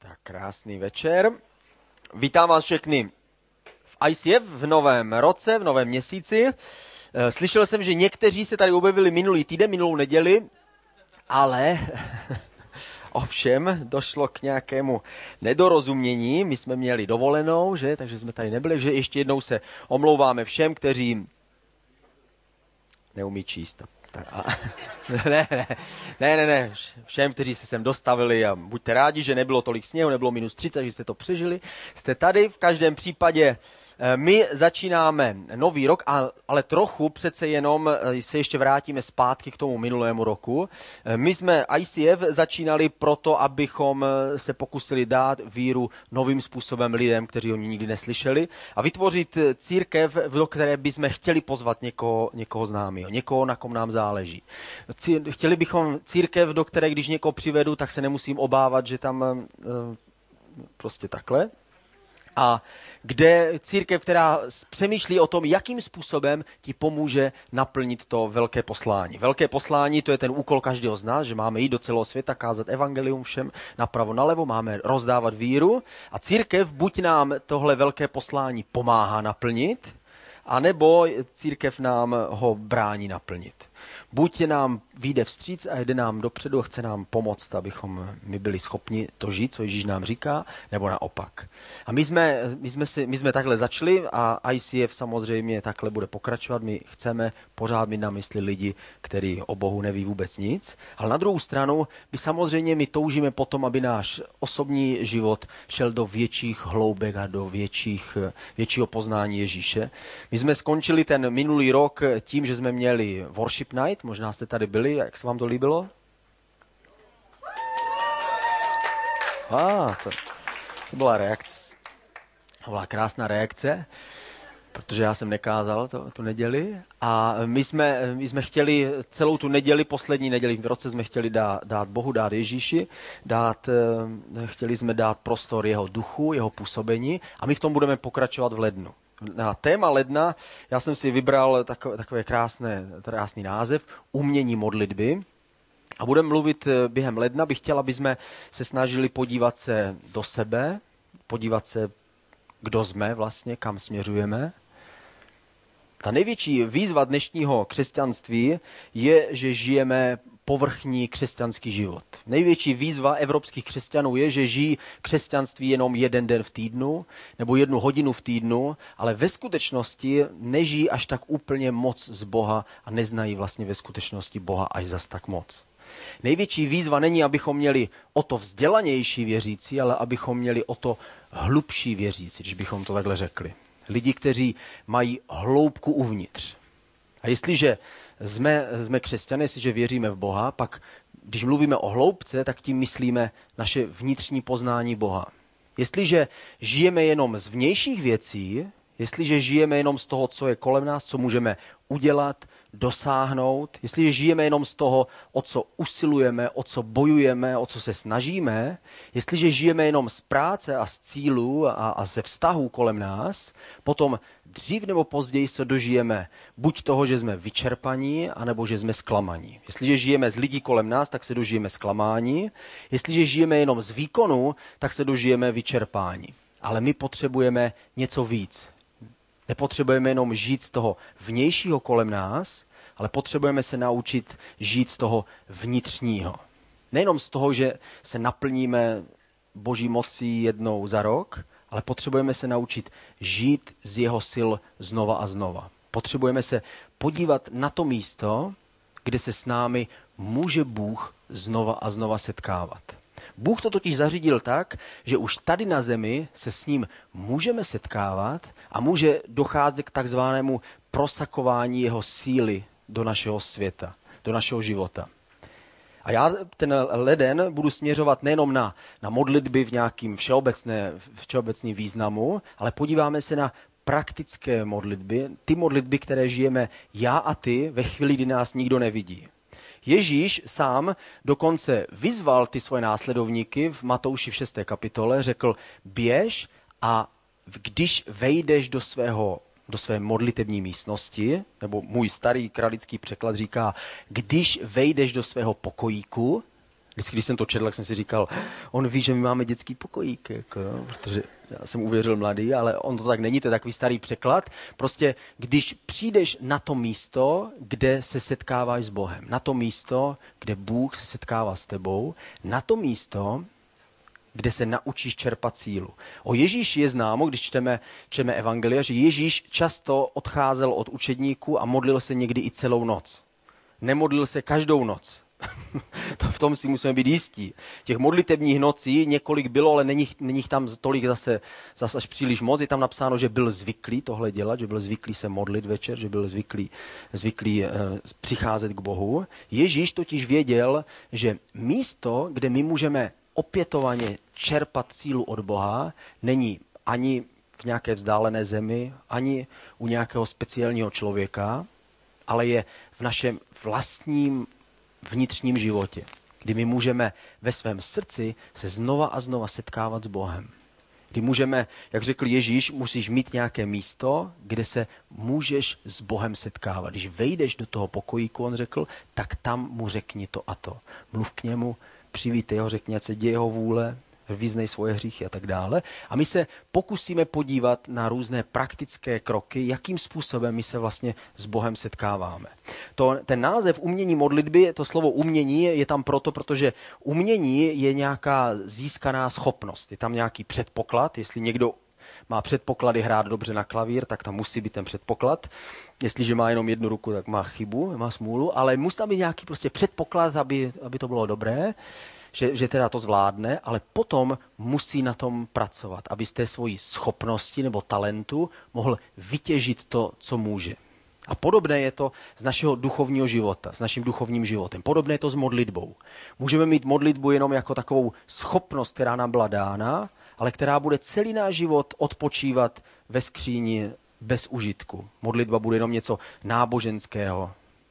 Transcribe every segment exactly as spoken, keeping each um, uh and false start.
Tak krásný večer. Vítám vás všechny v I C F v novém roce, v novém měsíci. Slyšel jsem, že někteří se tady objevili minulý týden, minulou neděli, ale ovšem došlo k nějakému nedorozumění. My jsme měli dovolenou, že? Takže jsme tady nebyli, že ještě jednou se omlouváme všem, kteří neumí číst. Ne, ne, ne, ne, ne, všem, kteří se sem dostavili a buďte rádi, že nebylo tolik sněhu, nebylo minus třicet, že jste to přežili. Jste tady, v každém případě my začínáme nový rok, ale trochu přece jenom se ještě vrátíme zpátky k tomu minulému roku. My jsme I C F začínali proto, abychom se pokusili dát víru novým způsobem lidem, kteří ho nikdy neslyšeli, a vytvořit církev, do které bychom chtěli pozvat někoho, někoho známého, někoho, na kom nám záleží. Chtěli bychom církev, do které, když někoho přivedu, tak se nemusím obávat, že tam prostě takhle. A kde církev, která přemýšlí o tom, jakým způsobem ti pomůže naplnit to velké poslání. Velké poslání, to je ten úkol každého z nás, že máme jít do celého světa, kázat evangelium všem napravo, nalevo, máme rozdávat víru a církev buď nám tohle velké poslání pomáhá naplnit, anebo církev nám ho brání naplnit. Buď nám vyjde vstříc a jde nám dopředu a chce nám pomoct, abychom my byli schopni to žít, co Ježíš nám říká, nebo naopak. A my jsme, my jsme, si, my jsme takhle začali a I C F samozřejmě takhle bude pokračovat. My chceme pořád mít na mysli lidi, kteří o Bohu neví vůbec nic. Ale na druhou stranu, my samozřejmě my toužíme potom, aby náš osobní život šel do větších hloubek a do větších, většího poznání Ježíše. My jsme skončili ten minulý rok tím, že jsme měli Worship Night, možná jste tady byli, jak se vám to líbilo? A, ah, to, to byla reakce, to byla krásná reakce, protože já jsem nekázal to, tu neděli a my jsme, my jsme chtěli celou tu neděli, poslední neděli v roce jsme chtěli dát, dát Bohu, dát Ježíši, dát, chtěli jsme dát prostor jeho duchu, jeho působení a my v tom budeme pokračovat v lednu. Na téma ledna já jsem si vybral takové, takové krásné, krásný název Umění modlitby a budeme mluvit během ledna. Bych chtěl, aby jsme se snažili podívat se do sebe, podívat se, kdo jsme vlastně, kam směřujeme. Ta největší výzva dnešního křesťanství je, že žijeme povrchní křesťanský život. Největší výzva evropských křesťanů je, že žijí křesťanství jenom jeden den v týdnu nebo jednu hodinu v týdnu, ale ve skutečnosti nežijí až tak úplně moc z Boha a neznají vlastně ve skutečnosti Boha až zas tak moc. Největší výzva není, abychom měli o to vzdělanější věřící, ale abychom měli o to hlubší věřící, když bychom to takhle řekli. Lidi, kteří mají hloubku uvnitř. A jestliže jsme, jsme křesťané, jestliže věříme v Boha, pak když mluvíme o hloubce, tak tím myslíme naše vnitřní poznání Boha. Jestliže žijeme jenom z vnějších věcí, jestliže žijeme jenom z toho, co je kolem nás, co můžeme udělat, dosáhnout, jestliže žijeme jenom z toho, o co usilujeme, o co bojujeme, o co se snažíme, jestliže žijeme jenom z práce a z cílů a, a ze vztahů kolem nás, potom dřív nebo později se dožijeme buď toho, že jsme vyčerpaní, anebo že jsme zklamaní. Jestliže žijeme z lidí kolem nás, tak se dožijeme zklamání. Jestliže žijeme jenom z výkonu, tak se dožijeme vyčerpání. Ale my potřebujeme něco víc. Nepotřebujeme jenom žít z toho vnějšího kolem nás, ale potřebujeme se naučit žít z toho vnitřního. Nejenom z toho, že se naplníme Boží mocí jednou za rok, ale potřebujeme se naučit žít z jeho sil znova a znova. Potřebujeme se podívat na to místo, kde se s námi může Bůh znova a znova setkávat. Bůh to totiž zařídil tak, že už tady na zemi se s ním můžeme setkávat a může docházet k takzvanému prosakování jeho síly do našeho světa, do našeho života. A já ten leden budu směřovat nejenom na, na modlitby v nějakým všeobecné, všeobecným významu, ale podíváme se na praktické modlitby, ty modlitby, které žijeme já a ty ve chvíli, kdy nás nikdo nevidí. Ježíš sám dokonce vyzval ty svoje následovníky v Matouši v šesté kapitole, řekl běž a když vejdeš do svého do své modlitební místnosti, nebo můj starý kralický překlad říká, když vejdeš do svého pokojíku, Vždycky, když jsem to četl, tak jsem si říkal, on ví, že my máme dětský pokojík, jako, protože já jsem uvěřil mladý, ale on to tak není, to je takový starý překlad. Prostě, když přijdeš na to místo, kde se setkáváš s Bohem, na to místo, kde Bůh se setkává s tebou, na to místo, kde se naučíš čerpat sílu. O Ježíši je známo, když čteme, čteme evangelia, že Ježíš často odcházel od učedníků a modlil se někdy i celou noc. Nemodlil se každou noc. To v tom si musíme být jistí. Těch modlitebních nocí několik bylo, ale není, není tam tolik zase, zase až příliš moc. Je tam napsáno, že byl zvyklý tohle dělat, že byl zvyklý se modlit večer, že byl zvyklý, zvyklý uh, přicházet k Bohu. Ježíš totiž věděl, že místo, kde my můžeme opětovaně čerpat sílu od Boha, není ani v nějaké vzdálené zemi, ani u nějakého speciálního člověka, ale je v našem vlastním vnitřním životě, kdy my můžeme ve svém srdci se znova a znova setkávat s Bohem. Kdy můžeme, jak řekl Ježíš, musíš mít nějaké místo, kde se můžeš s Bohem setkávat. Když vejdeš do toho pokojíku, on řekl, tak tam mu řekni to a to. Mluv k němu, přivítej ho, řekni, ať se děje jeho vůle, vyznej svoje hříchy a tak dále. A my se pokusíme podívat na různé praktické kroky, jakým způsobem my se vlastně s Bohem setkáváme. To, ten název umění modlitby, to slovo umění je tam proto, protože umění je nějaká získaná schopnost. Je tam nějaký předpoklad, jestli někdo má předpoklady hrát dobře na klavír, tak tam musí být ten předpoklad. Jestliže má jenom jednu ruku, tak má chybu, má smůlu, ale musí tam být nějaký prostě předpoklad, aby, aby to bylo dobré. Že, že teda to zvládne, ale potom musí na tom pracovat, aby z té svojí schopnosti nebo talentu mohl vytěžit to, co může. A podobné je to z našeho duchovního života, s naším duchovním životem. Podobné je to s modlitbou. Můžeme mít modlitbu jenom jako takovou schopnost, která nám byla dána, ale která bude celý náš život odpočívat ve skříni bez užitku. Modlitba bude jenom něco náboženského,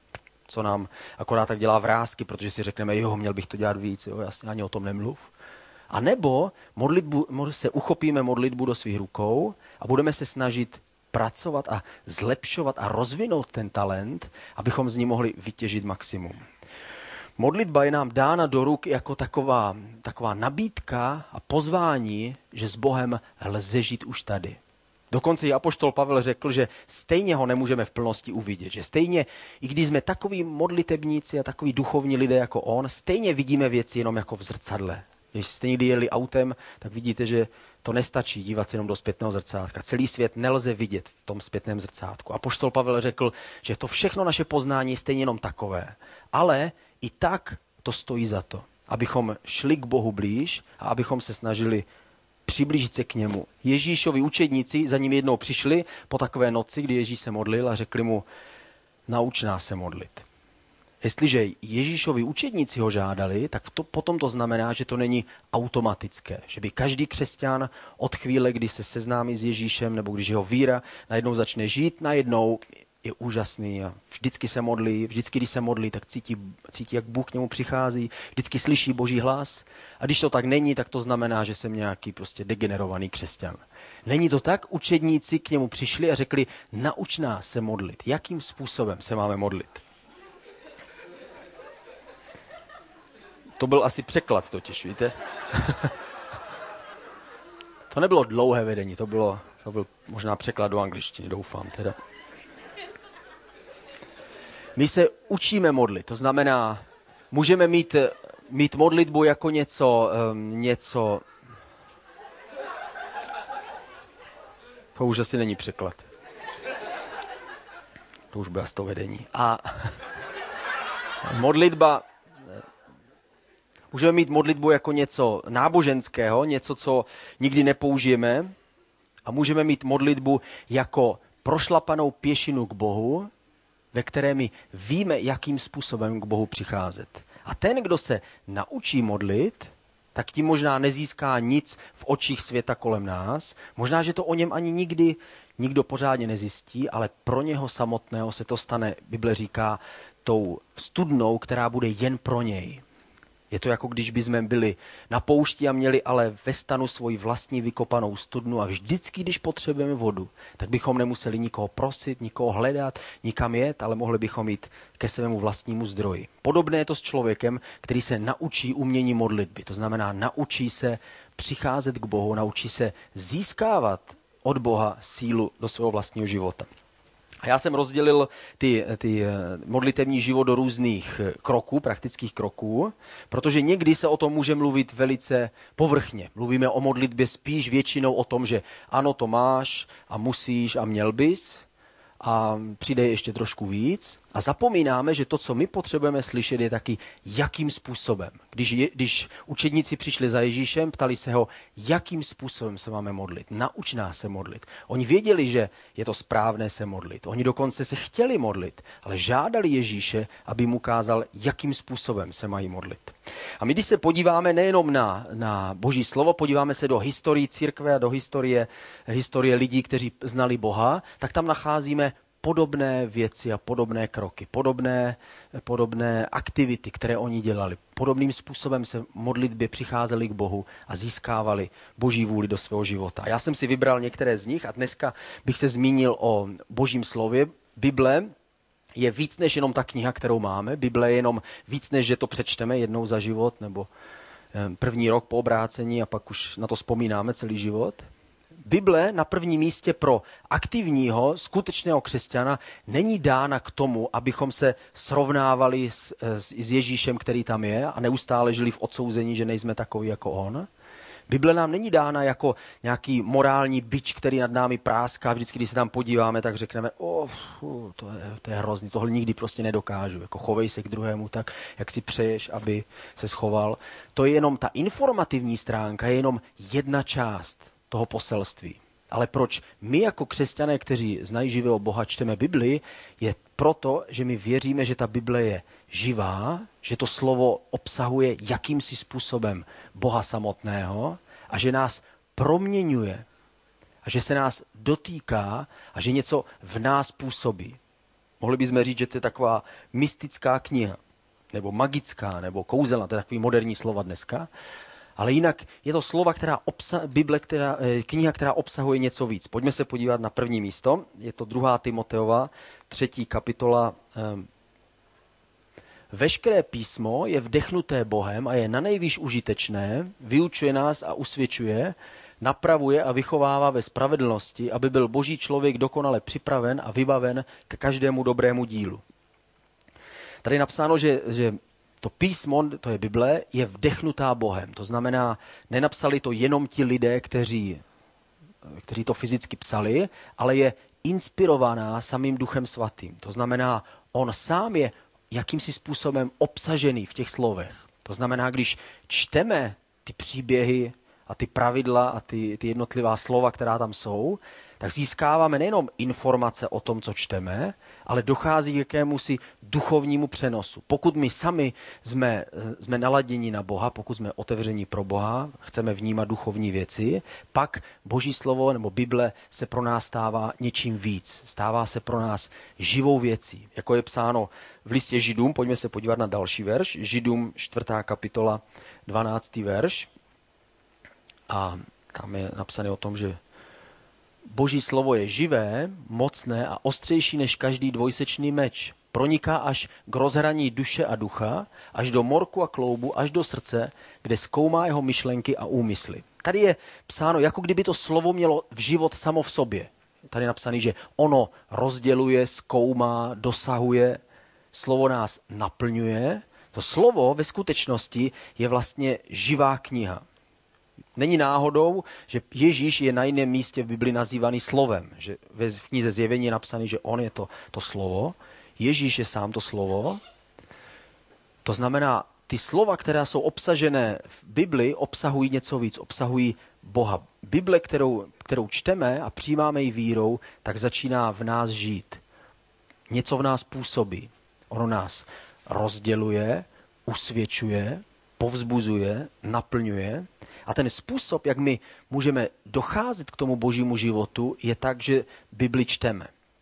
co nám akorát tak dělá vrásky, protože si řekneme, jo, měl bych to dělat víc, jo, jasně, ani o tom nemluv. A nebo modlitbu, se uchopíme modlitbu do svých rukou a budeme se snažit pracovat a zlepšovat a rozvinout ten talent, abychom z ní mohli vytěžit maximum. Modlitba je nám dána do ruk jako taková, taková nabídka a pozvání, že s Bohem lze žít už tady. Dokonce i apoštol Pavel řekl, že stejně ho nemůžeme v plnosti uvidět. Že stejně, i když jsme takoví modlitebníci a takoví duchovní lidé jako on, stejně vidíme věci jenom jako v zrcadle. Když jste někdy jeli autem, tak vidíte, že to nestačí dívat se jenom do zpětného zrcátka. Celý svět nelze vidět v tom zpětném zrcátku. Apoštol Pavel řekl, že to všechno naše poznání je stejně jenom takové. Ale i tak to stojí za to, abychom šli k Bohu blíž a abychom se snažili přiblížit se k němu. Ježíšovi učedníci za ním jednou přišli po takové noci, kdy Ježíš se modlil a řekli mu, nauč nás se modlit. Jestliže Ježíšovi učedníci ho žádali, tak to, potom to znamená, že to není automatické. Že by každý křesťan od chvíle, kdy se seznámí s Ježíšem, nebo když jeho víra najednou začne žít, najednou je úžasný a vždycky se modlí, vždycky, když se modlí, tak cítí, cítí, jak Bůh k němu přichází, vždycky slyší Boží hlas. A když to tak není, tak to znamená, že jsem nějaký prostě degenerovaný křesťan. Není to tak? Učedníci k němu přišli a řekli, nauč nás se modlit. Jakým způsobem se máme modlit? To byl asi překlad totiž, víte? To nebylo dlouhé vedení, to, bylo, to byl možná překlad do angličtiny, doufám teda. My se učíme modlit, to znamená, můžeme mít, mít modlitbu jako něco, um, něco, to už asi není překlad. To už bylo z toho vedení. A modlitba, můžeme mít modlitbu jako něco náboženského, něco, co nikdy nepoužijeme, a můžeme mít modlitbu jako prošlapanou pěšinu k Bohu, ve které my víme, jakým způsobem k Bohu přicházet. A ten, kdo se naučí modlit, tak tím možná nezíská nic v očích světa kolem nás. Možná, že to o něm ani nikdy nikdo pořádně nezjistí, ale pro něho samotného se to stane, Bible říká, tou studnou, která bude jen pro něj. Je to jako když bychom byli na poušti a měli ale ve stanu svoji vlastní vykopanou studnu a vždycky, když potřebujeme vodu, tak bychom nemuseli nikoho prosit, nikoho hledat, nikam jet, ale mohli bychom jít ke svému vlastnímu zdroji. Podobné je to s člověkem, který se naučí umění modlitby. To znamená, naučí se přicházet k Bohu, naučí se získávat od Boha sílu do svého vlastního života. A já jsem rozdělil ty, ty modlitevní život do různých kroků, praktických kroků, protože někdy se o tom může mluvit velice povrchně. Mluvíme o modlitbě spíš většinou o tom, že ano, to máš a musíš a měl bys a přijde ještě trošku víc. A zapomínáme, že to, co my potřebujeme slyšet, je taky, jakým způsobem. Když, je, když učedníci přišli za Ježíšem, ptali se ho, jakým způsobem se máme modlit. Nauč nás se modlit. Oni věděli, že je to správné se modlit. Oni dokonce se chtěli modlit, ale žádali Ježíše, aby mu ukázal, jakým způsobem se mají modlit. A my, když se podíváme nejenom na, na Boží slovo, podíváme se do historie církve a do historie, historie lidí, kteří znali Boha, tak tam nacházíme podobné věci a podobné kroky, podobné, podobné aktivity, které oni dělali. Podobným způsobem se modlitbě přicházeli k Bohu a získávali Boží vůli do svého života. Já jsem si vybral některé z nich a dneska bych se zmínil o Božím slově. Bible je víc než jenom ta kniha, kterou máme. Bible je jenom víc, než že to přečteme jednou za život nebo první rok po obrácení a pak už na to vzpomínáme celý život. Bible na prvním místě pro aktivního, skutečného křesťana není dána k tomu, abychom se srovnávali s, s Ježíšem, který tam je a neustále žili v odsouzení, že nejsme takoví jako on. Bible nám není dána jako nějaký morální bič, který nad námi práská. Vždycky, když se tam podíváme, tak řekneme, oh, uh, to, je, to je hrozný, tohle nikdy prostě nedokážu. Jako chovej se k druhému tak, jak si přeješ, aby se schoval. To je jenom ta informativní stránka, je jenom jedna část toho poselství. Ale proč my jako křesťané, kteří znají živého Boha, čteme Bibli, je proto, že my věříme, že ta Bible je živá, že to slovo obsahuje jakýmsi způsobem Boha samotného a že nás proměňuje a že se nás dotýká a že něco v nás působí. Mohli bychom říct, že to je taková mystická kniha, nebo magická, nebo kouzelná, to je takový moderní slova dneska. Ale jinak je to slova, která obsa- Bible, která, kniha, která obsahuje něco víc. Pojďme se podívat na první místo. Je to druhá Timoteova, třetí kapitola. Veškeré písmo je vdechnuté Bohem a je nanejvýš užitečné, vyučuje nás a usvědčuje, napravuje a vychovává ve spravedlnosti, aby byl Boží člověk dokonale připraven a vybaven k každému dobrému dílu. Tady je napsáno, že, že to písmo, to je Bible, je vdechnutá Bohem. To znamená, nenapsali to jenom ti lidé, kteří, kteří to fyzicky psali, ale je inspirovaná samým Duchem Svatým. To znamená, on sám je jakýmsi způsobem obsažený v těch slovech. To znamená, když čteme ty příběhy a ty pravidla a ty, ty jednotlivá slova, která tam jsou, tak získáváme nejenom informace o tom, co čteme, ale dochází k jakémusi duchovnímu přenosu. Pokud my sami jsme, jsme naladěni na Boha, pokud jsme otevření pro Boha, chceme vnímat duchovní věci, pak Boží slovo nebo Bible se pro nás stává něčím víc. Stává se pro nás živou věcí. Jako je psáno v listě Židům, pojďme se podívat na další verš, Židům čtvrtá kapitola, dvanáctý verš. A tam je napsané o tom, že Boží slovo je živé, mocné a ostřejší než každý dvojsečný meč. Proniká až k rozhraní duše a ducha, až do morku a kloubu, až do srdce, kde zkoumá jeho myšlenky a úmysly. Tady je psáno, jako kdyby to slovo mělo v život samo v sobě. Tady je napsané, že ono rozděluje, zkoumá, dosahuje, slovo nás naplňuje. To slovo ve skutečnosti je vlastně živá kniha. Není náhodou, že Ježíš je na jiném místě v Bibli nazývaný slovem. Že v knize Zjevení je napsaný, že on je to, to slovo. Ježíš je sám to slovo. To znamená, ty slova, která jsou obsažené v Bibli, obsahují něco víc, obsahují Boha. Bible, kterou, kterou čteme a přijímáme ji vírou, tak začíná v nás žít. Něco v nás působí. Ono nás rozděluje, usvědčuje, povzbuzuje, naplňuje. A ten způsob, jak my můžeme docházet k tomu Božímu životu, je tak, že Bibli čteme.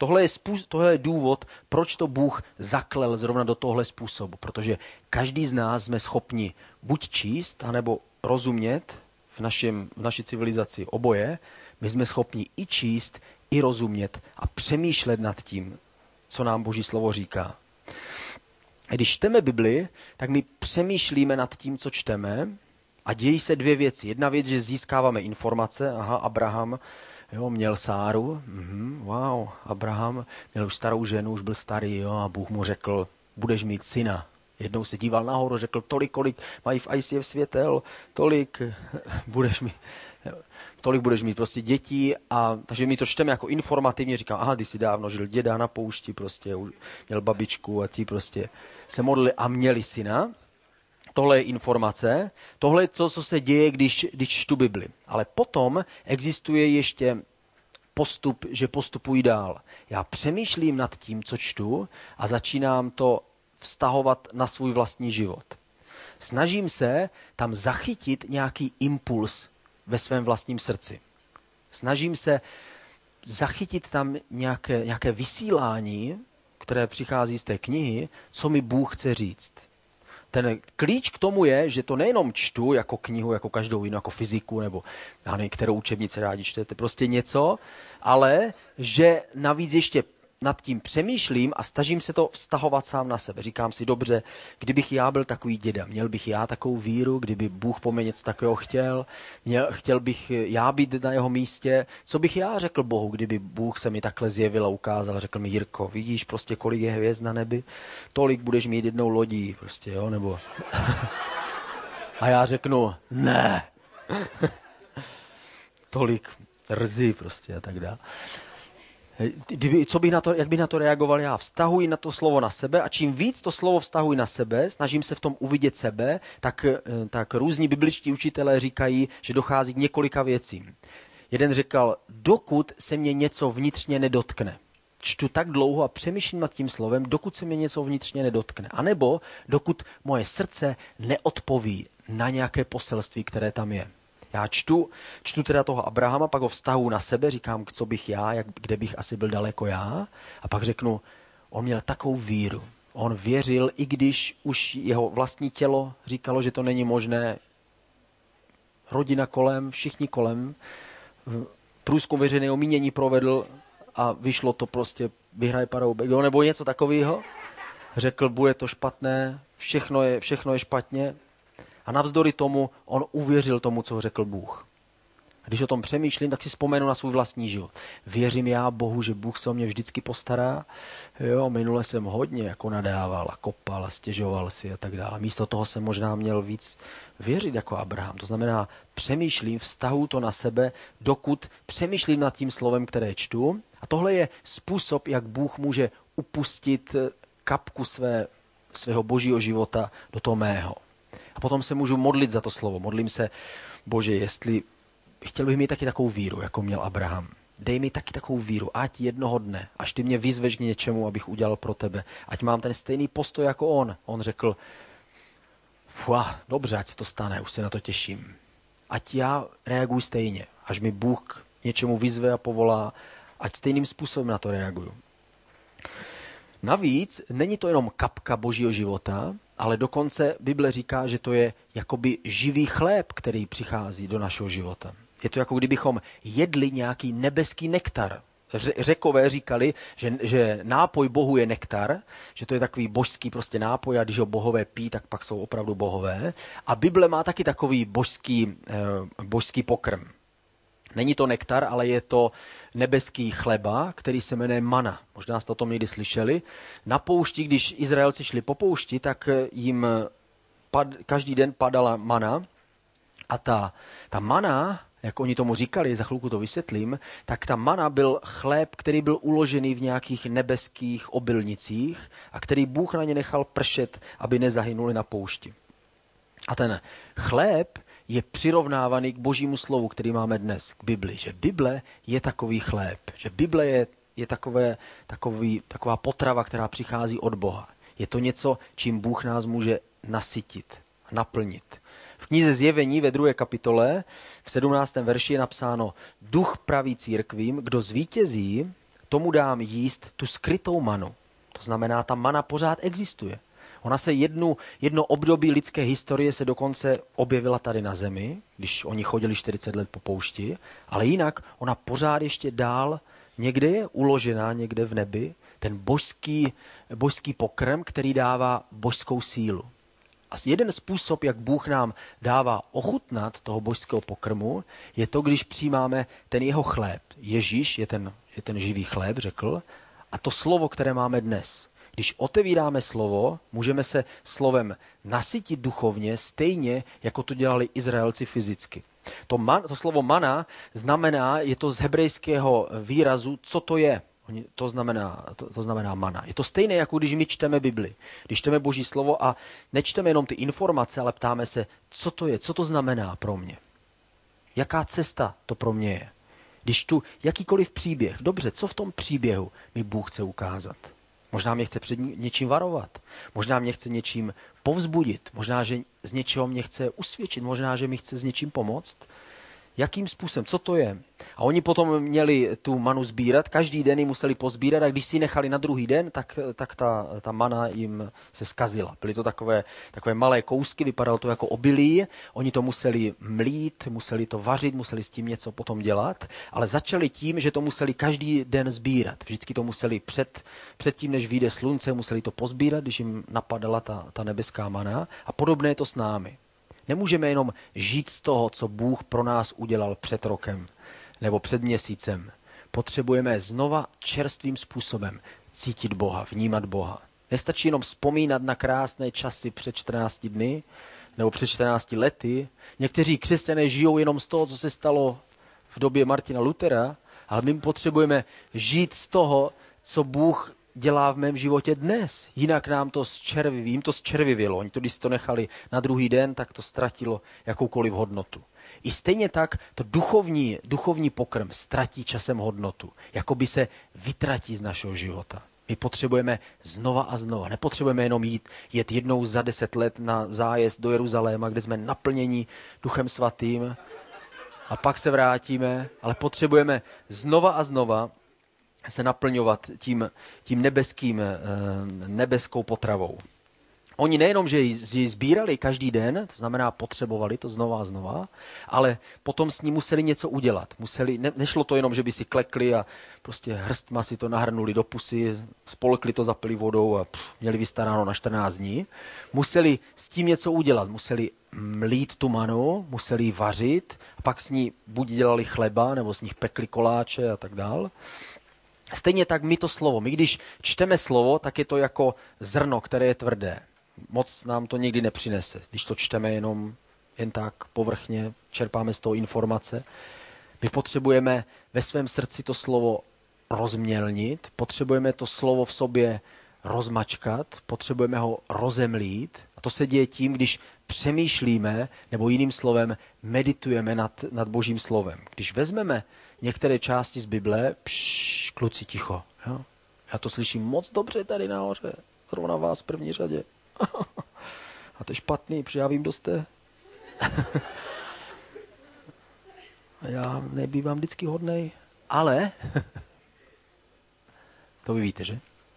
Tohle je, způsob, tohle je důvod, proč to Bůh zaklel zrovna do tohle způsobu. Protože každý z nás jsme schopni buď číst, anebo rozumět v, našem, v naší civilizaci oboje. My jsme schopni i číst, i rozumět a přemýšlet nad tím, co nám Boží slovo říká. Když čteme Bibli, tak my přemýšlíme nad tím, co čteme a dějí se dvě věci. Jedna věc, že získáváme informace. Aha, Abraham jo, měl Sáru. Mhm, wow, Abraham měl už starou ženu, už byl starý jo, a Bůh mu řekl, budeš mít syna. Jednou se díval nahoru, řekl, tolik, kolik mají v I C F světel, tolik budeš mít... Tolik budeš mít prostě dětí a takže my to čteme jako informativně, říkám, aha, ty si dávno žil děda na poušti, prostě měl babičku a ti prostě se modlili a měli syna. Tohle je informace, tohle je to, co se děje, když, když čtu Bibli. Ale potom existuje ještě postup, že postupuji dál. Já přemýšlím nad tím, co čtu a začínám to vztahovat na svůj vlastní život. Snažím se tam zachytit nějaký impuls ve svém vlastním srdci. Snažím se zachytit tam nějaké, nějaké vysílání, které přichází z té knihy, co mi Bůh chce říct. Ten klíč k tomu je, že to nejenom čtu jako knihu, jako každou jinou, jako fyziku, nebo já nevím, kterou učebnici rádi čtete, prostě něco, ale že navíc ještě nad tím přemýšlím a snažím se to vztahovat sám na sebe. Říkám si, dobře, kdybych já byl takový děda, měl bych já takovou víru, kdyby Bůh po mně něco takového chtěl, měl, chtěl bych já být na jeho místě, co bych já řekl Bohu, kdyby Bůh se mi takhle zjevil a ukázal a řekl mi, Jirko, vidíš prostě, kolik je hvězd na nebi, tolik budeš mít jednou lodí, prostě, jo, nebo... A já řeknu, ne, tolik rzy prostě a tak dále. Kdyby, co bych na to, jak bych na to reagoval já? Vztahuji na to slovo na sebe a čím víc to slovo vztahuji na sebe, snažím se v tom uvidět sebe, tak, tak různí bibličtí učitelé říkají, že dochází k několika věcím. Jeden říkal, dokud se mě něco vnitřně nedotkne. Čtu tak dlouho a přemýšlím nad tím slovem, dokud se mě něco vnitřně nedotkne. A nebo dokud moje srdce neodpoví na nějaké poselství, které tam je. Já čtu, čtu teda toho Abrahama, pak ho vztahuji na sebe, říkám, co bych já, jak, kde bych asi byl daleko já. A pak řeknu, on měl takovou víru. On věřil, i když už jeho vlastní tělo říkalo, že to není možné. Rodina kolem, všichni kolem. Průzkum veřejného mínění provedl a vyšlo to prostě, vyhraje paroubek, jo, nebo něco takového. Řekl, bude to špatné, všechno je, všechno je špatně. A navzdory tomu on uvěřil tomu, co řekl Bůh. A když o tom přemýšlím, tak si vzpomenu na svůj vlastní život. Věřím já Bohu, že Bůh se o mě vždycky postará. Jo, minule jsem hodně jako nadával a kopal a stěžoval si a tak dále. Místo toho jsem možná měl víc věřit jako Abraham. To znamená, přemýšlím, vztahu to na sebe, dokud přemýšlím nad tím slovem, které čtu. A tohle je způsob, jak Bůh může upustit kapku své, svého božího života do toho mého. A potom se můžu modlit za to slovo. Modlím se, Bože, jestli chtěl bych mít taky takovou víru, jako měl Abraham. Dej mi taky takovou víru, ať jednoho dne, až ty mě vyzveš k něčemu, abych udělal pro tebe. Ať mám ten stejný postoj jako on. On řekl, fuah, dobře, ať se to stane, už se na to těším. Ať já reaguji stejně. Až mi Bůh něčemu vyzve a povolá, ať stejným způsobem na to reaguju. Navíc není to jenom kapka božího života, ale dokonce Bible říká, že to je jakoby živý chléb, který přichází do našeho života. Je to jako kdybychom jedli nějaký nebeský nektar. Řekové říkali, že, že nápoj Bohu je nektar, že to je takový božský prostě nápoj a když ho bohové pí, tak pak jsou opravdu bohové. A Bible má taky takový božský, eh, božský pokrm. Není to nektar, ale je to nebeský chleba, který se jmenuje mana. Možná jste o tom někdy slyšeli. Na poušti, když Izraelci šli po poušti, tak jim pad, každý den padala mana. A ta, ta mana, jak oni tomu říkali, za chvilku to vysvětlím, tak ta mana byl chléb, který byl uložený v nějakých nebeských obilnicích a který Bůh na ně nechal pršet, aby nezahynuli na poušti. A ten chléb je přirovnávaný k božímu slovu, který máme dnes, k Bibli. Že Bible je takový chléb. Že Bible je, je takové, takový, taková potrava, která přichází od Boha. Je to něco, čím Bůh nás může nasytit, naplnit. V knize Zjevení ve druhé kapitole v sedmnáctém verši je napsáno Duch praví církvím, kdo zvítězí, tomu dám jíst tu skrytou manu. To znamená, ta mana pořád existuje. Ona se jednu, jedno období lidské historie se dokonce objevila tady na zemi, když oni chodili čtyřicet let po poušti, ale jinak ona pořád ještě dál někde je uložená, někde v nebi, ten božský, božský pokrm, který dává božskou sílu. A jeden způsob, jak Bůh nám dává ochutnat toho božského pokrmu, je to, když přijímáme ten jeho chléb. Ježíš je ten, je ten živý chléb, řekl, a to slovo, které máme dnes. Když otevíráme slovo, můžeme se slovem nasytit duchovně stejně, jako to dělali Izraelci fyzicky. To, man, to slovo mana znamená, je to z hebrejského výrazu, co to je. To znamená, to, to znamená mana. Je to stejné, jako když my čteme Bibli. Když čteme Boží slovo a nečteme jenom ty informace, ale ptáme se, co to je, co to znamená pro mě. Jaká cesta to pro mě je. Když tu jakýkoliv příběh, dobře, co v tom příběhu mi Bůh chce ukázat. Možná mě chce před něčím varovat. Možná mě chce něčím povzbudit. Možná, že z něčeho mě chce usvědčit. Možná, že mi chce s něčím pomoct. Jakým způsobem? Co to je? A oni potom měli tu manu sbírat, každý den ji museli pozbírat a když si ji nechali na druhý den, tak, tak ta, ta mana jim se zkazila. Byly to takové, takové malé kousky, vypadalo to jako obilí, oni to museli mlít, museli to vařit, museli s tím něco potom dělat, ale začali tím, že to museli každý den sbírat. Vždycky to museli před, před tím, než vyjde slunce, museli to pozbírat, když jim napadala ta, ta nebeská mana a podobné je to s námi. Nemůžeme jenom žít z toho, co Bůh pro nás udělal před rokem nebo před měsícem. Potřebujeme znova čerstvým způsobem cítit Boha, vnímat Boha. Nestačí jenom vzpomínat na krásné časy před čtrnácti dny nebo před čtrnácti lety. Někteří křesťané žijou jenom z toho, co se stalo v době Martina Luthera, ale my potřebujeme žít z toho, co Bůh dělá v mém životě dnes. Jinak nám to zčerviví, jim to zčervivělo. Oni to, když to nechali na druhý den, tak to ztratilo jakoukoliv hodnotu. I stejně tak to duchovní, duchovní pokrm ztratí časem hodnotu. Jakoby se vytratí z našeho života. My potřebujeme znova a znova. Nepotřebujeme jenom jít, jet jednou za deset let na zájezd do Jeruzaléma, kde jsme naplněni Duchem Svatým a pak se vrátíme, ale potřebujeme znova a znova se naplňovat tím, tím nebeským, nebeskou potravou. Oni nejenom, že ji sbírali každý den, to znamená potřebovali to znova a znova, ale potom s ní museli něco udělat. Museli, ne, nešlo to jenom, že by si klekli a prostě hrstma si to nahrnuli do pusy, spolkli to, zapili vodou a pff, měli vystaráno na čtrnáct dní. Museli s tím něco udělat, museli mlít tu manu, museli ji vařit a pak s ní buď dělali chleba, nebo s nich pekli koláče a tak dál. Stejně tak my to slovo. My když čteme slovo, tak je to jako zrno, které je tvrdé. Moc nám to nikdy nepřinese. Když to čteme jenom jen tak povrchně, čerpáme z toho informace. My potřebujeme ve svém srdci to slovo rozmělnit, potřebujeme to slovo v sobě rozmačkat, potřebujeme ho rozemlít. A to se děje tím, když přemýšlíme, nebo jiným slovem meditujeme nad, nad Božím slovem. Když vezmeme některé části z Bible, pš, kluci, ticho. Jo? Já to slyším moc dobře tady nahoře, zrovna vás v první řadě. A to je špatný, protože já vím, kdo jste. Já nebývám vždycky hodnej, ale to vy víte, že?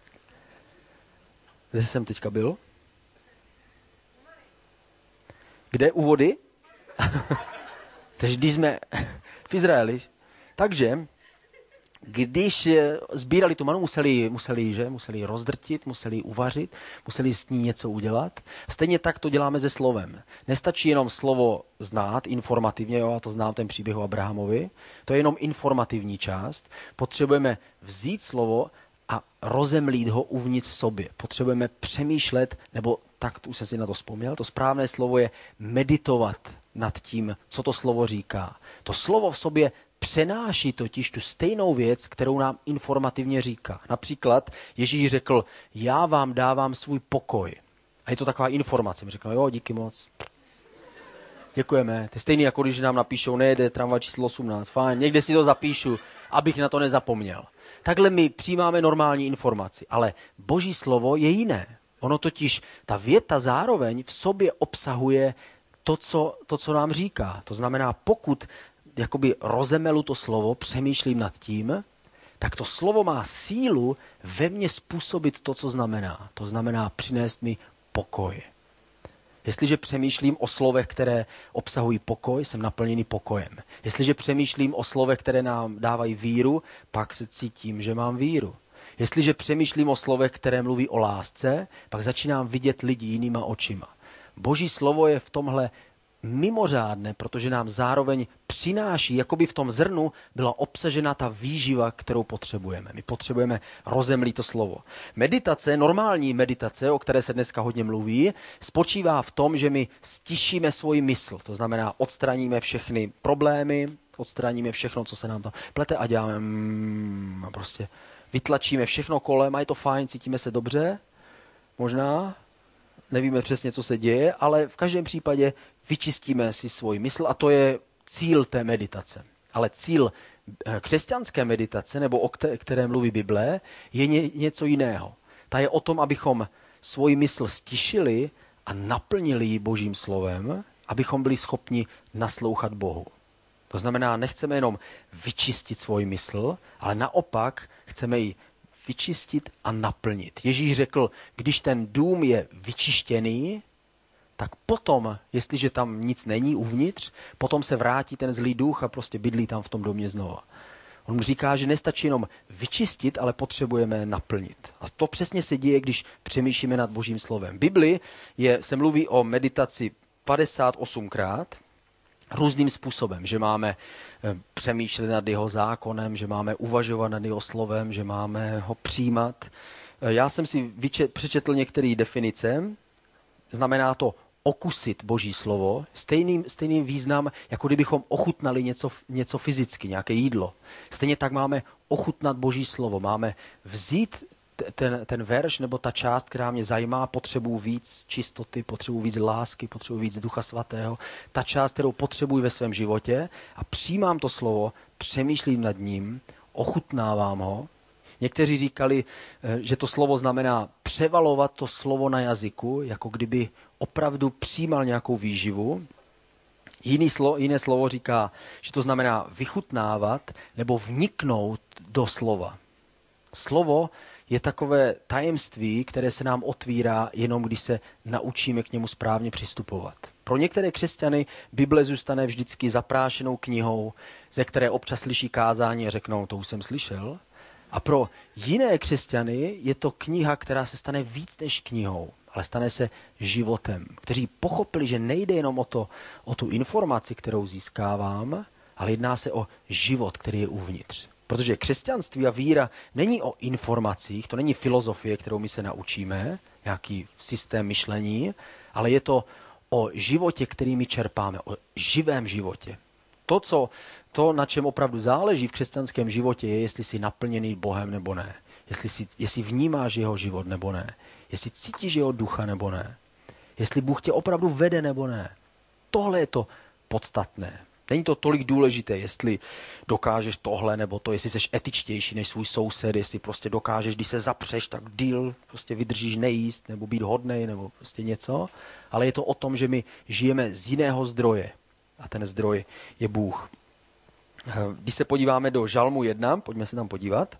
Kde jsem teďka byl? Kde u vody? Takže když jsme v Izraeli, takže když sbírali tu manu, museli, museli, že? museli rozdrtit, museli uvařit, museli s ní něco udělat. Stejně tak to děláme se slovem. Nestačí jenom slovo znát informativně, jo, já to znám ten příběh o Abrahamovi, to je jenom informativní část. Potřebujeme vzít slovo a rozemlít ho uvnitř v sobě. Potřebujeme přemýšlet, nebo tak už jsem si na to vzpomněl, to správné slovo je meditovat nad tím, co to slovo říká. To slovo v sobě přenáší totiž tu stejnou věc, kterou nám informativně říká. Například Ježíš řekl, já vám dávám svůj pokoj. A je to taková informace. My řekneme, jo, díky moc. Děkujeme. To je stejný, jako když nám napíšou, nejede tramvaj číslo osmnáct. Fajn, někde si to zapíšu, abych na to nezapomněl. Takhle my přijímáme normální informaci, ale Boží slovo je jiné. Ono totiž, ta věta zároveň v sobě obsahuje to, co, to, co nám říká. To znamená, pokud jakoby rozemelu to slovo, přemýšlím nad tím, tak to slovo má sílu ve mně způsobit to, co znamená. To znamená přinést mi pokoj. Jestliže přemýšlím o slovech, které obsahují pokoj, jsem naplněný pokojem. Jestliže přemýšlím o slovech, které nám dávají víru, pak se cítím, že mám víru. Jestliže přemýšlím o slovech, které mluví o lásce, pak začínám vidět lidi jinýma očima. Boží slovo je v tomhle mimořádné, protože nám zároveň přináší, jako by v tom zrnu byla obsažena ta výživa, kterou potřebujeme. My potřebujeme rozemlít to slovo. Meditace, normální meditace, o které se dneska hodně mluví, spočívá v tom, že my stišíme svoji mysl. To znamená, odstraníme všechny problémy, odstraníme všechno, co se nám tam plete a děláme mm, a prostě vytlačíme všechno kolem a je to fajn, cítíme se dobře, možná, nevíme přesně, co se děje, ale v každém případě vyčistíme si svůj mysl a to je cíl té meditace. Ale cíl křesťanské meditace, nebo o které mluví Bible, je ně, něco jiného. Ta je o tom, abychom svoji mysl stišili a naplnili ji Božím slovem, abychom byli schopni naslouchat Bohu. To znamená, nechceme jenom vyčistit svůj mysl, ale naopak chceme ji vyčistit a naplnit. Ježíš řekl, když ten dům je vyčištěný, tak potom, jestliže tam nic není uvnitř, potom se vrátí ten zlý duch a prostě bydlí tam v tom domě znova. On říká, že nestačí jenom vyčistit, ale potřebujeme naplnit. A to přesně se děje, když přemýšlíme nad Božím slovem. V Bibli je, se mluví o meditaci padesát osmkrát, různým způsobem, že máme přemýšlet nad jeho zákonem, že máme uvažovat nad jeho slovem, že máme ho přijímat. Já jsem si vyčet, přečetl některé definice. Znamená to okusit Boží slovo, stejným, stejným význam, jako kdybychom ochutnali něco, něco fyzicky, nějaké jídlo. Stejně tak máme ochutnat Boží slovo. Máme vzít ten, ten verš nebo ta část, která mě zajímá, potřebuji víc čistoty, potřebuji víc lásky, potřebuji víc Ducha Svatého. Ta část, kterou potřebuji ve svém životě a přijímám to slovo, přemýšlím nad ním, ochutnávám ho. Někteří říkali, že to slovo znamená převalovat to slovo na jazyku, jako kdyby opravdu přijímal nějakou výživu. Jiný slovo, jiné slovo říká, že to znamená vychutnávat nebo vniknout do slova. Slovo je takové tajemství, které se nám otvírá jenom, když se naučíme k němu správně přistupovat. Pro některé křesťany Bible zůstane vždycky zaprášenou knihou, ze které občas slyší kázání a řeknou, to už jsem slyšel. A pro jiné křesťany je to kniha, která se stane víc než knihou, ale stane se životem, kteří pochopili, že nejde jenom o, to, o tu informaci, kterou získávám, ale jedná se o život, který je uvnitř. Protože křesťanství a víra není o informacích, to není filozofie, kterou my se naučíme, nějaký systém myšlení, ale je to o životě, který my čerpáme, o živém životě. To, co, to, na čem opravdu záleží v křesťanském životě, je, jestli jsi naplněný Bohem nebo ne. Jestli, si, jestli vnímáš jeho život nebo ne. Jestli cítíš jeho ducha nebo ne. Jestli Bůh tě opravdu vede nebo ne. Tohle je to podstatné. Není to tolik důležité, jestli dokážeš tohle nebo to, jestli jsi etičtější než svůj soused, jestli prostě dokážeš, když se zapřeš, tak díl prostě vydržíš nejíst nebo být hodnej nebo prostě něco. Ale je to o tom, že my žijeme z jiného zdroje. A ten zdroj je Bůh. Když se podíváme do Žalmu jedna, pojďme se tam podívat,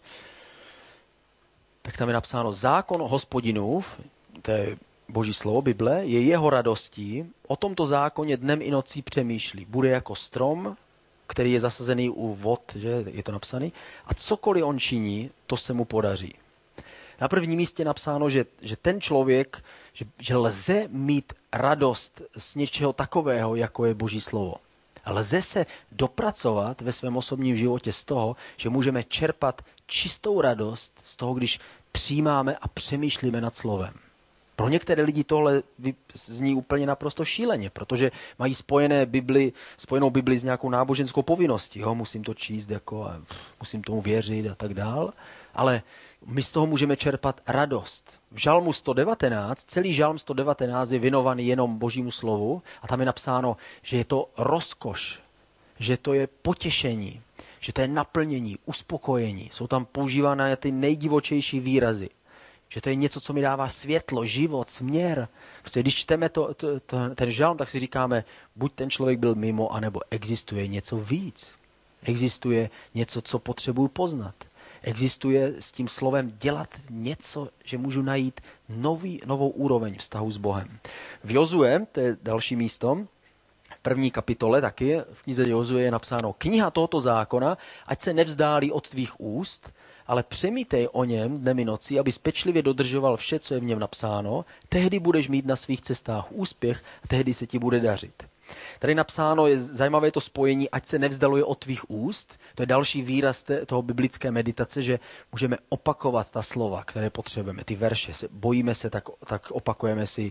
tak tam je napsáno zákon Hospodinův, to je Boží slovo, Bible, je jeho radostí, o tomto zákoně dnem i nocí přemýšlí. Bude jako strom, který je zasazený u vod, že je to napsaný, a cokoliv on činí, to se mu podaří. Na prvním místě je napsáno, že, že ten člověk, že, že lze mít radost z něčeho takového, jako je Boží slovo. Lze se dopracovat ve svém osobním životě z toho, že můžeme čerpat čistou radost z toho, když přijímáme a přemýšlíme nad slovem. Pro některé lidi tohle zní úplně naprosto šíleně, protože mají spojené Bibli, spojenou Bibli s nějakou náboženskou povinností. Jo, musím to číst, jako, a musím tomu věřit a tak dál. Ale my z toho můžeme čerpat radost. V Žalmu sto devatenáct, celý Žalm sto devatenáct je věnovaný jenom Božímu slovu a tam je napsáno, že je to rozkoš, že to je potěšení, že to je naplnění, uspokojení. Jsou tam používané ty nejdivočejší výrazy. Že to je něco, co mi dává světlo, život, směr. Prostě když čteme to, to, to, ten žalm, tak si říkáme, buď ten člověk byl mimo, anebo existuje něco víc. Existuje něco, co potřebuji poznat. Existuje s tím slovem dělat něco, že můžu najít nový, novou úroveň vztahu s Bohem. V Jozue, to je další místo, v první kapitole taky, v knize Jozue je napsáno: kniha tohoto zákona, ať se nevzdálí od tvých úst, ale přemítej o něm dnem i noci, abys pečlivě dodržoval vše, co je v něm napsáno, tehdy budeš mít na svých cestách úspěch a tehdy se ti bude dařit. Tady napsáno, je zajímavé to spojení, ať se nevzdaluje od tvých úst. To je další výraz té, toho biblické meditace, že můžeme opakovat ta slova, které potřebujeme, ty verše. Se, bojíme se, tak, tak opakujeme si: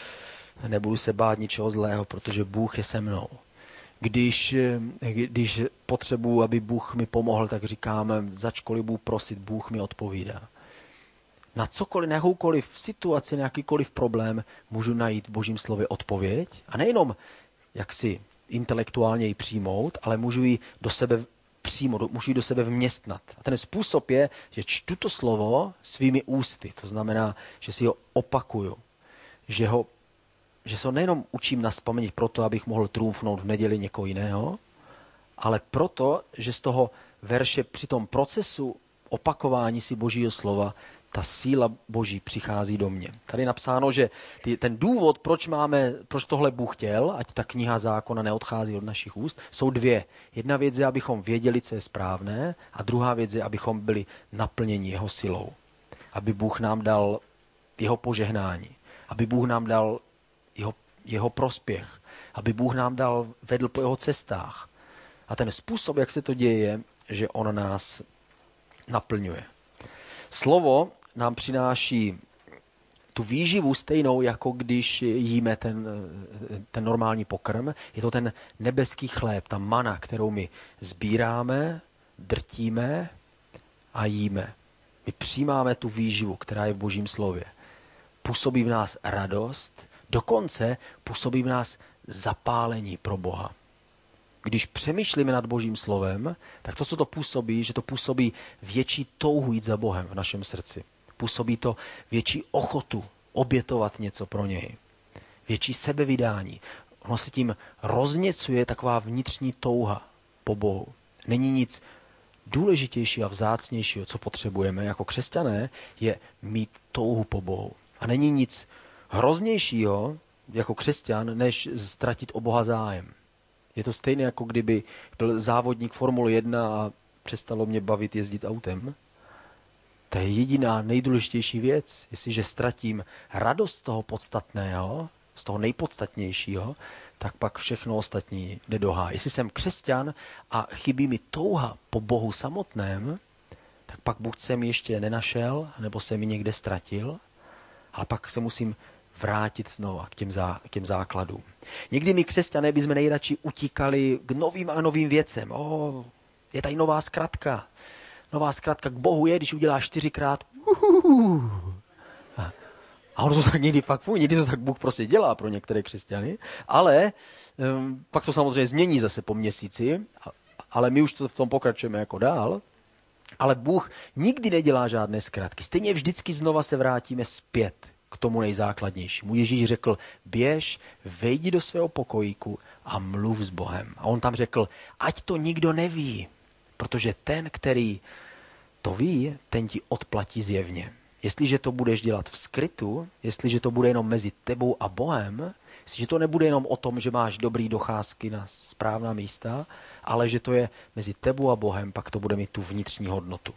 nebudu se bát ničeho zlého, protože Bůh je se mnou. Když, když potřebuji, aby Bůh mi pomohl, tak říkáme, začkoliv budu prosit, Bůh mi odpovídá. Na cokoliv, na jakoukoliv situaci, na jakýkoliv problém můžu najít v Božím slově odpověď. A nejenom jak si intelektuálně ji přijmout, ale můžu ji do sebe přijmout, můžu ji do sebe vměstnat. A ten způsob je, že čtu to slovo svými ústy. To znamená, že si ho opakuju. Že, ho, že se ho nejenom učím nazpaměť proto, abych mohl trůfnout v neděli někoho jiného, ale proto, že z toho verše při tom procesu opakování si Božího slova ta síla Boží přichází do mě. Tady je napsáno, že ty, ten důvod, proč máme, proč tohle Bůh chtěl, ať ta kniha zákona neodchází od našich úst, jsou dvě. Jedna věc je, abychom věděli, co je správné, a druhá věc je, abychom byli naplněni jeho silou. Aby Bůh nám dal jeho požehnání. Aby Bůh nám dal jeho, jeho prospěch. Aby Bůh nám dal, vedl po jeho cestách. A ten způsob, jak se to děje, je, že on nás naplňuje. Slovo nám přináší tu výživu stejnou, jako když jíme ten, ten normální pokrm. Je to ten nebeský chléb, ta mana, kterou my sbíráme, drtíme a jíme. My přijímáme tu výživu, která je v Božím slově. Působí v nás radost, dokonce působí v nás zapálení pro Boha. Když přemýšlíme nad Božím slovem, tak to, co to působí, že to působí větší touhu jít za Bohem v našem srdci. Působí to větší ochotu obětovat něco pro něj. Větší sebevydání. Ono se tím rozněcuje taková vnitřní touha po Bohu. Není nic důležitějšího a vzácnějšího, co potřebujeme jako křesťané, je mít touhu po Bohu. A není nic hroznějšího jako křesťan, než ztratit o Boha zájem. Je to stejné, jako kdyby byl závodník Formule jedna a přestalo mě bavit jezdit autem. To je jediná nejdůležitější věc. Jestliže ztratím radost z toho podstatného, z toho nejpodstatnějšího, tak pak všechno ostatní jde do háje. Jestli jsem křesťan a chybí mi touha po Bohu samotném, tak pak buď jsem ještě nenašel, nebo jsem ji někde ztratil, ale pak se musím vrátit znova k těm, zá, k těm základům. Někdy my křesťané bychom nejradši utíkali k novým a novým věcem. O, je tady nová zkratka. Nová zkratka k Bohu je, když uděláš čtyřikrát. Uhuhu. A ono to tak někdy fakt funguje, někdy to tak Bůh prostě dělá pro některé křesťany, ale um, pak to samozřejmě změní zase po měsíci, ale my už to v tom pokračujeme jako dál. Ale Bůh nikdy nedělá žádné zkratky. Stejně vždycky znova se vrátíme zpět k tomu nejzákladnějšímu. Ježíš řekl, běž, vejdi do svého pokojíku a mluv s Bohem. A on tam řekl, ať to nikdo neví, protože ten, který to ví, ten ti odplatí zjevně. Jestliže to budeš dělat v skrytu, jestliže to bude jenom mezi tebou a Bohem, jestliže to nebude jenom o tom, že máš dobrý docházky na správná místa, ale že to je mezi tebou a Bohem, pak to bude mít tu vnitřní hodnotu.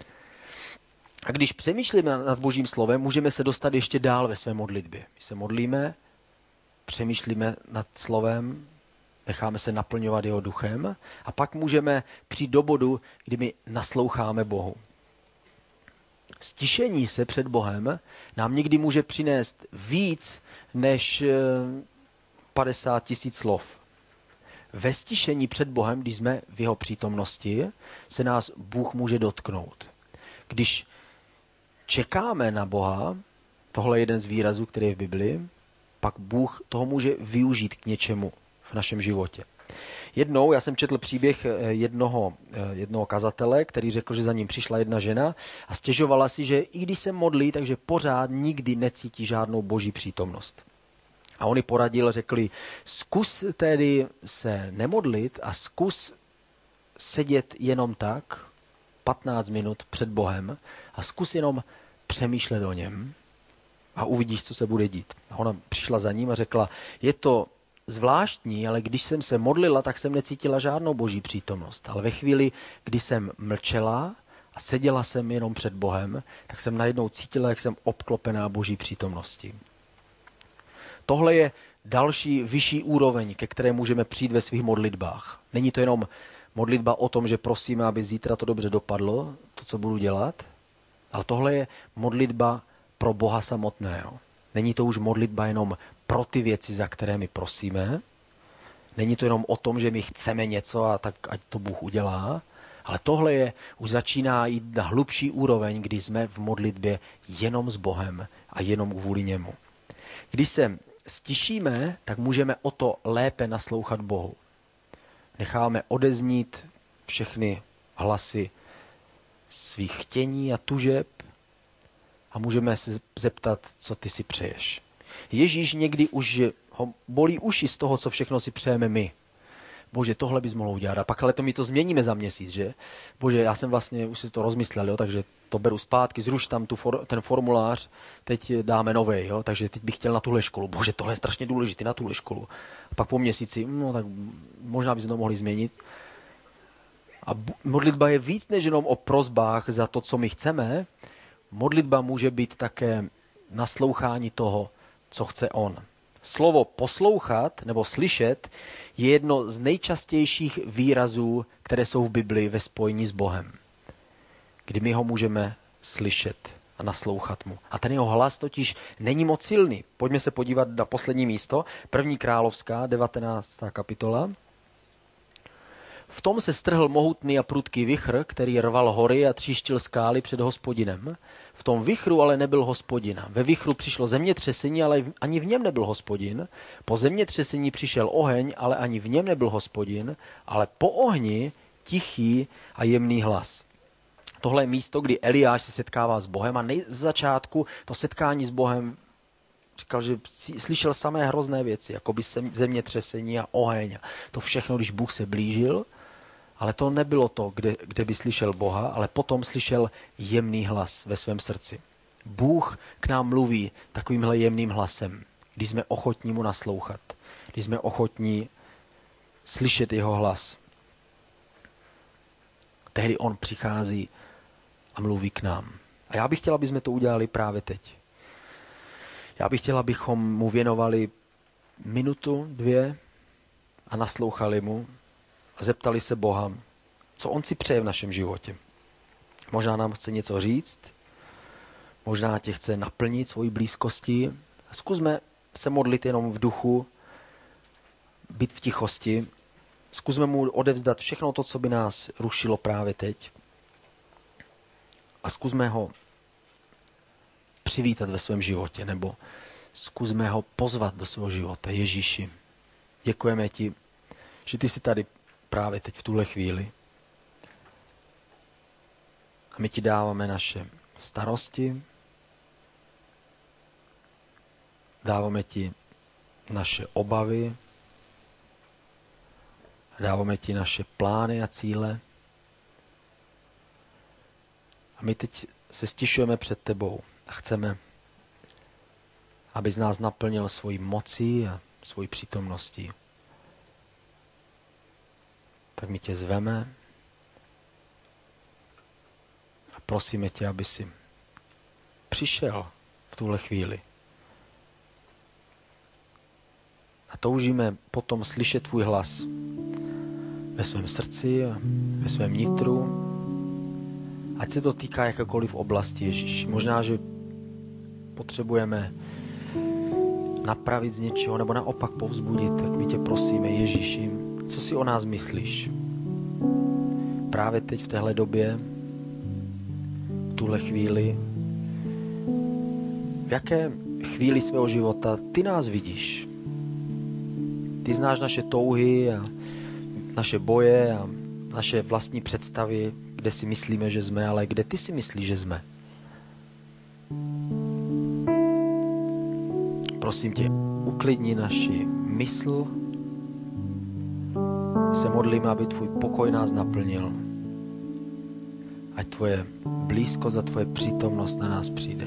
A když přemýšlíme nad Božím slovem, můžeme se dostat ještě dál ve své modlitbě. My se modlíme, přemýšlíme nad slovem, necháme se naplňovat jeho duchem a pak můžeme přijít do bodu, kdy my nasloucháme Bohu. Stišení se před Bohem nám někdy může přinést víc než padesát tisíc slov. Ve stišení před Bohem, když jsme v jeho přítomnosti, se nás Bůh může dotknout. Když čekáme na Boha, tohle je jeden z výrazů, který je v Biblii, pak Bůh toho může využít k něčemu v našem životě. Jednou, já jsem četl příběh jednoho, jednoho kazatele, který řekl, že za ním přišla jedna žena a stěžovala si, že i když se modlí, takže pořád nikdy necítí žádnou boží přítomnost. A on ji poradil, řekli, zkus tedy se nemodlit a zkus sedět jenom tak patnáct minut před Bohem a zkus jenom přemýšlet o něm a uvidíš, co se bude dít. A ona přišla za ním a řekla, je to zvláštní, ale když jsem se modlila, tak jsem necítila žádnou boží přítomnost. Ale ve chvíli, kdy jsem mlčela a seděla jsem jenom před Bohem, tak jsem najednou cítila, jak jsem obklopená boží přítomností. Tohle je další vyšší úroveň, ke které můžeme přijít ve svých modlitbách. Není to jenom modlitba o tom, že prosíme, aby zítra to dobře dopadlo, to, co budu dělat, ale tohle je modlitba pro Boha samotného. Není to už modlitba jenom pro ty věci, za které my prosíme. Není to jenom o tom, že my chceme něco a tak ať to Bůh udělá, ale tohle je, už začíná jít na hlubší úroveň, kdy jsme v modlitbě jenom s Bohem a jenom kvůli němu. Když se stišíme, tak můžeme o to lépe naslouchat Bohu. Necháme odeznít všechny hlasy svých chtění a tužeb a můžeme se zeptat, co ty si přeješ. Ježíš někdy už ho bolí uši z toho, co všechno si přejeme my. Bože, tohle bys mohl udělat. A pak ale to my to změníme za měsíc, že? Bože, já jsem vlastně už si to rozmyslel, jo? Takže to beru zpátky, zruš tam tu for, ten formulář, teď dáme novej, jo? Takže teď bych chtěl na tuhle školu. Bože, tohle je strašně důležité, na tuhle školu. A pak po měsíci, no tak možná bychom to mohli změnit. A modlitba je víc než jenom o prosbách za to, co my chceme. Modlitba může být také naslouchání toho, co chce on. Slovo poslouchat nebo slyšet je jedno z nejčastějších výrazů, které jsou v Biblii ve spojení s Bohem. Kdy my ho můžeme slyšet a naslouchat mu. A ten jeho hlas totiž není moc silný. Pojďme se podívat na poslední místo. První královská, devatenáctá kapitola. V tom se strhl mohutný a prudký vichr, který rval hory a tříštil skály před Hospodinem. V tom vichru ale nebyl Hospodin. Ve vichru přišlo zemětřesení, ale ani v něm nebyl Hospodin. Po zemětřesení přišel oheň, ale ani v něm nebyl Hospodin. Ale po ohni tichý a jemný hlas. Tohle je místo, kdy Eliáš se setkává s Bohem a nej- z začátku to setkání s Bohem říkal, že slyšel samé hrozné věci, jako by zemětřesení a oheň. To všechno, když Bůh se blížil, ale to nebylo to, kde, kde by slyšel Boha, ale potom slyšel jemný hlas ve svém srdci. Bůh k nám mluví takovýmhle jemným hlasem, když jsme ochotní mu naslouchat, když jsme ochotní slyšet jeho hlas. Tehdy on přichází a mluví k nám. A já bych chtěla, aby jsme to udělali právě teď. Já bych chtěla, abychom mu věnovali minutu, dvě a naslouchali mu a zeptali se Boha, co on si přeje v našem životě. Možná nám chce něco říct, možná tě chce naplnit svojí blízkostí. Zkusme se modlit jenom v duchu, být v tichosti. Zkusme mu odevzdat všechno to, co by nás rušilo právě teď. A zkusme ho přivítat ve svém životě, nebo zkusme ho pozvat do svého života. Ježíši, děkujeme ti, že ty jsi tady právě teď v tuhle chvíli. A my ti dáváme naše starosti, dáváme ti naše obavy, dáváme ti naše plány a cíle. A my teď se stišujeme před tebou a chceme, aby z nás naplnil svojí mocí a svojí přítomností. Tak my tě zveme a prosíme tě, aby si přišel v tuhle chvíli. A toužíme potom slyšet tvůj hlas ve svém srdci a ve svém nitru. Ať se to týká jakékoliv oblasti, Ježíši. Možná, že potřebujeme napravit z něčeho nebo naopak povzbudit, tak my tě prosíme, Ježíši, co si o nás myslíš? Právě teď v téhle době, v tuhle chvíli, v jaké chvíli svého života ty nás vidíš? Ty znáš naše touhy a naše boje a naše vlastní představy, kde si myslíme, že jsme, ale kde ty si myslíš, že jsme. Prosím tě, uklidni naši mysl. Se modlíme, aby tvůj pokoj nás naplnil. ať tvoje blízkost a tvoje přítomnost na nás přijde.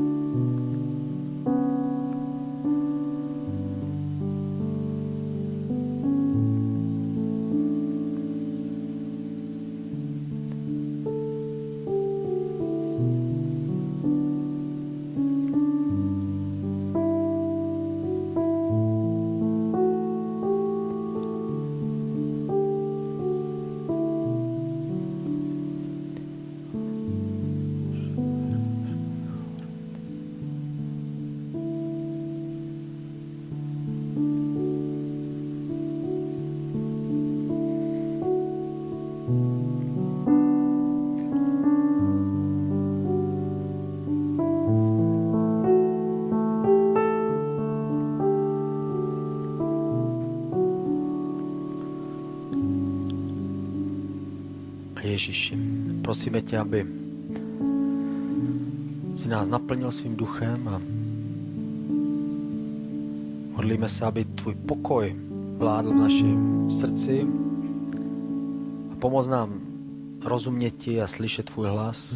Ježíši, prosíme tě, aby si nás naplnil svým duchem a modlíme se, aby tvůj pokoj vládl v našem srdci a pomoz nám rozumět ti a slyšet tvůj hlas.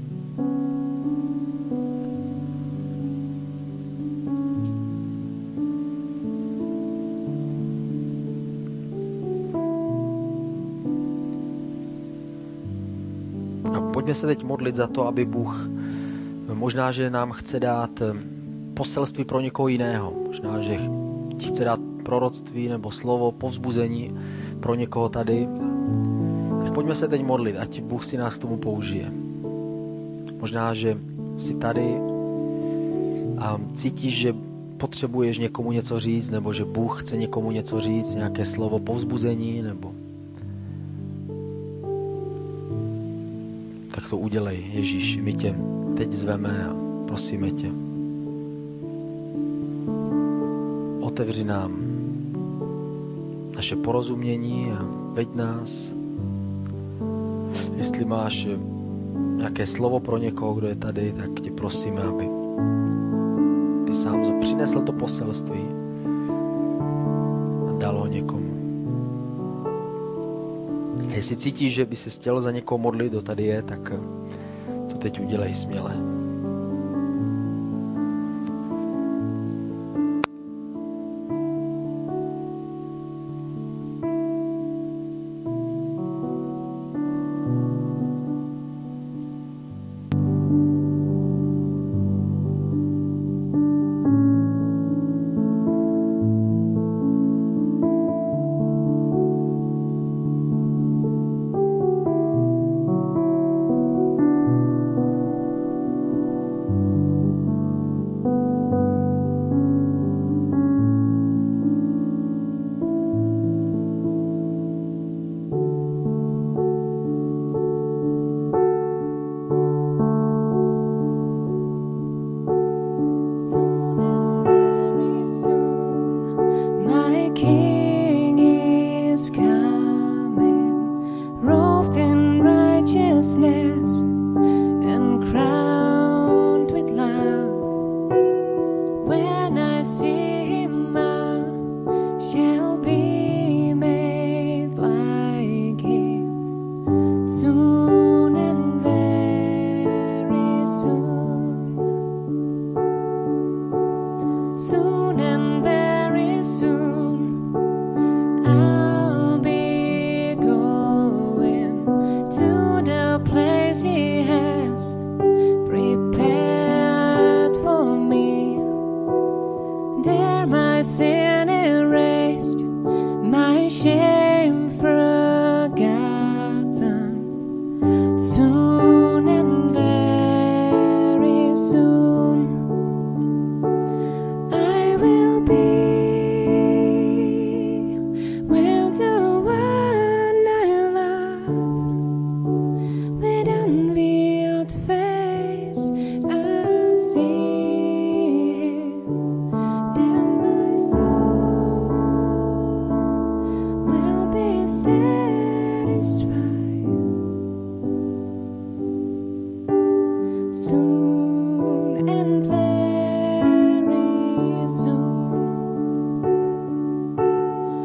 Pojďme se teď modlit za to, aby Bůh možná, že nám chce dát poselství pro někoho jiného. Možná, že ti chce dát proroctví nebo slovo, povzbuzení pro někoho tady. Tak pojďme se teď modlit, ať Bůh si nás k tomu použije. Možná, že jsi tady a cítíš, že potřebuješ někomu něco říct, nebo že Bůh chce někomu něco říct, nějaké slovo povzbuzení, nebo tak to udělej, Ježíš, my tě teď zveme a prosíme tě. Otevři nám naše porozumění a veď nás. Jestli máš nějaké slovo pro někoho, kdo je tady, tak tě prosíme, aby ty sám přinesl to poselství a dal ho někomu. A jestli cítíš, že by se chtěl za někoho modlit, kdo tady je, tak to teď udělej směle.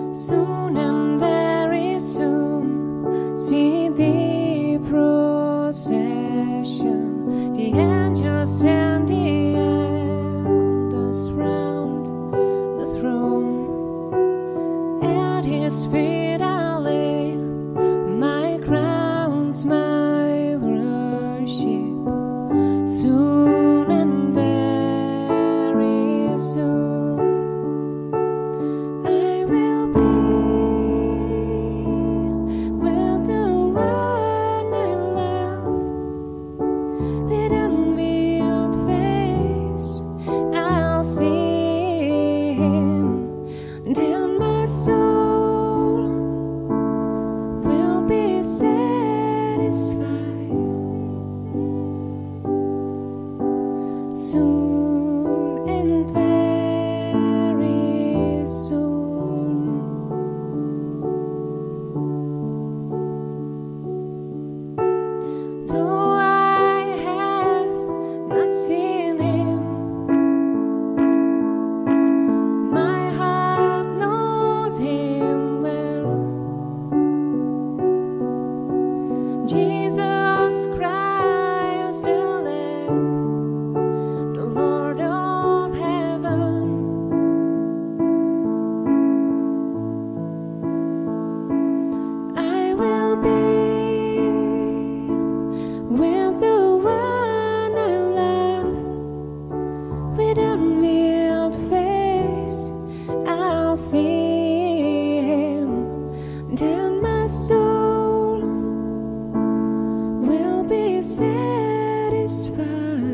Soon and very soon, see thee proceed. procession, the angels stand the elders round the throne. At his feet I lay my crowns, my worship. Soon and very soon I will be with the one I love, with unveiled face I'll see him, then my soul will be satisfied. Soon and very soon. Though I have not seen him, my heart knows him well. Jesus Christ the Lamb, the Lord of heaven. I will be with the one I love, with unveiled face I'll see him, then my soul will be satisfied.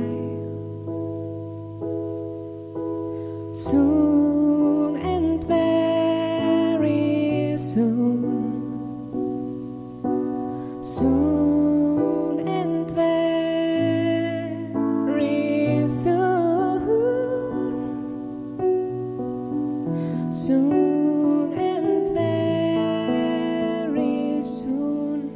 Soon and very soon. Soon and very soon. Soon and very soon.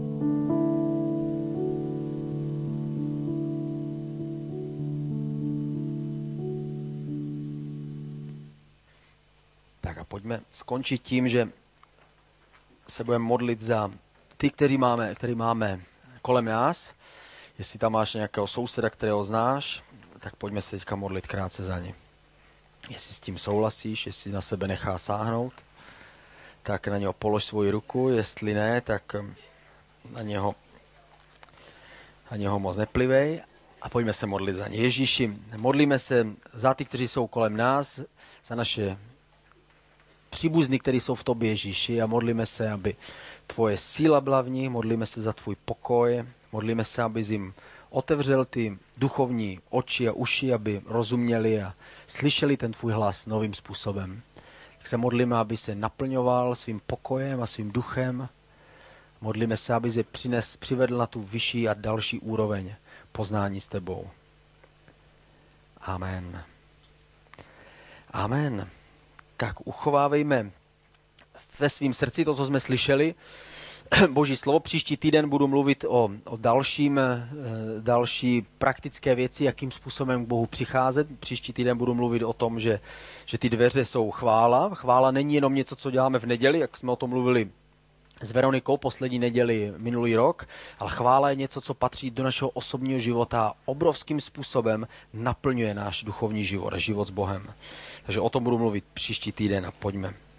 Tak a pojďme skončit tím, že se budeme modlit za ty, který máme, který máme kolem nás. Jestli tam máš nějakého souseda, kterého znáš, tak pojďme se teďka modlit krátce za ně. Jestli s tím souhlasíš, jestli na sebe nechá sáhnout, tak na něho polož svoji ruku, jestli ne, tak na něho, na něho moc neplivej a pojďme se modlit za ně. Ježíši, modlíme se za ty, kteří jsou kolem nás, za naše příbuzní, kteří jsou v tobě, Ježíši, a modlíme se, aby tvoje síla byla v nich, modlíme se za tvůj pokoj, modlíme se, aby jim otevřel ty duchovní oči a uši, aby rozuměli a slyšeli ten tvůj hlas novým způsobem. Tak se modlíme, aby se naplňoval svým pokojem a svým duchem. Modlíme se, aby se přines, přivedl na tu vyšší a další úroveň poznání s tebou. Amen. Amen. Tak uchovávejme ve svém srdci to, co jsme slyšeli. Boží slovo. Příští týden budu mluvit o, o dalším, další praktické věci, jakým způsobem k Bohu přicházet. Příští týden budu mluvit o tom, že, že ty dveře jsou chvála. Chvála není jenom něco, co děláme v neděli, jak jsme o tom mluvili s Veronikou poslední neděli minulý rok, ale chvála je něco, co patří do našeho osobního života a obrovským způsobem naplňuje náš duchovní život a život s Bohem. Takže o tom budu mluvit příští týden a pojďme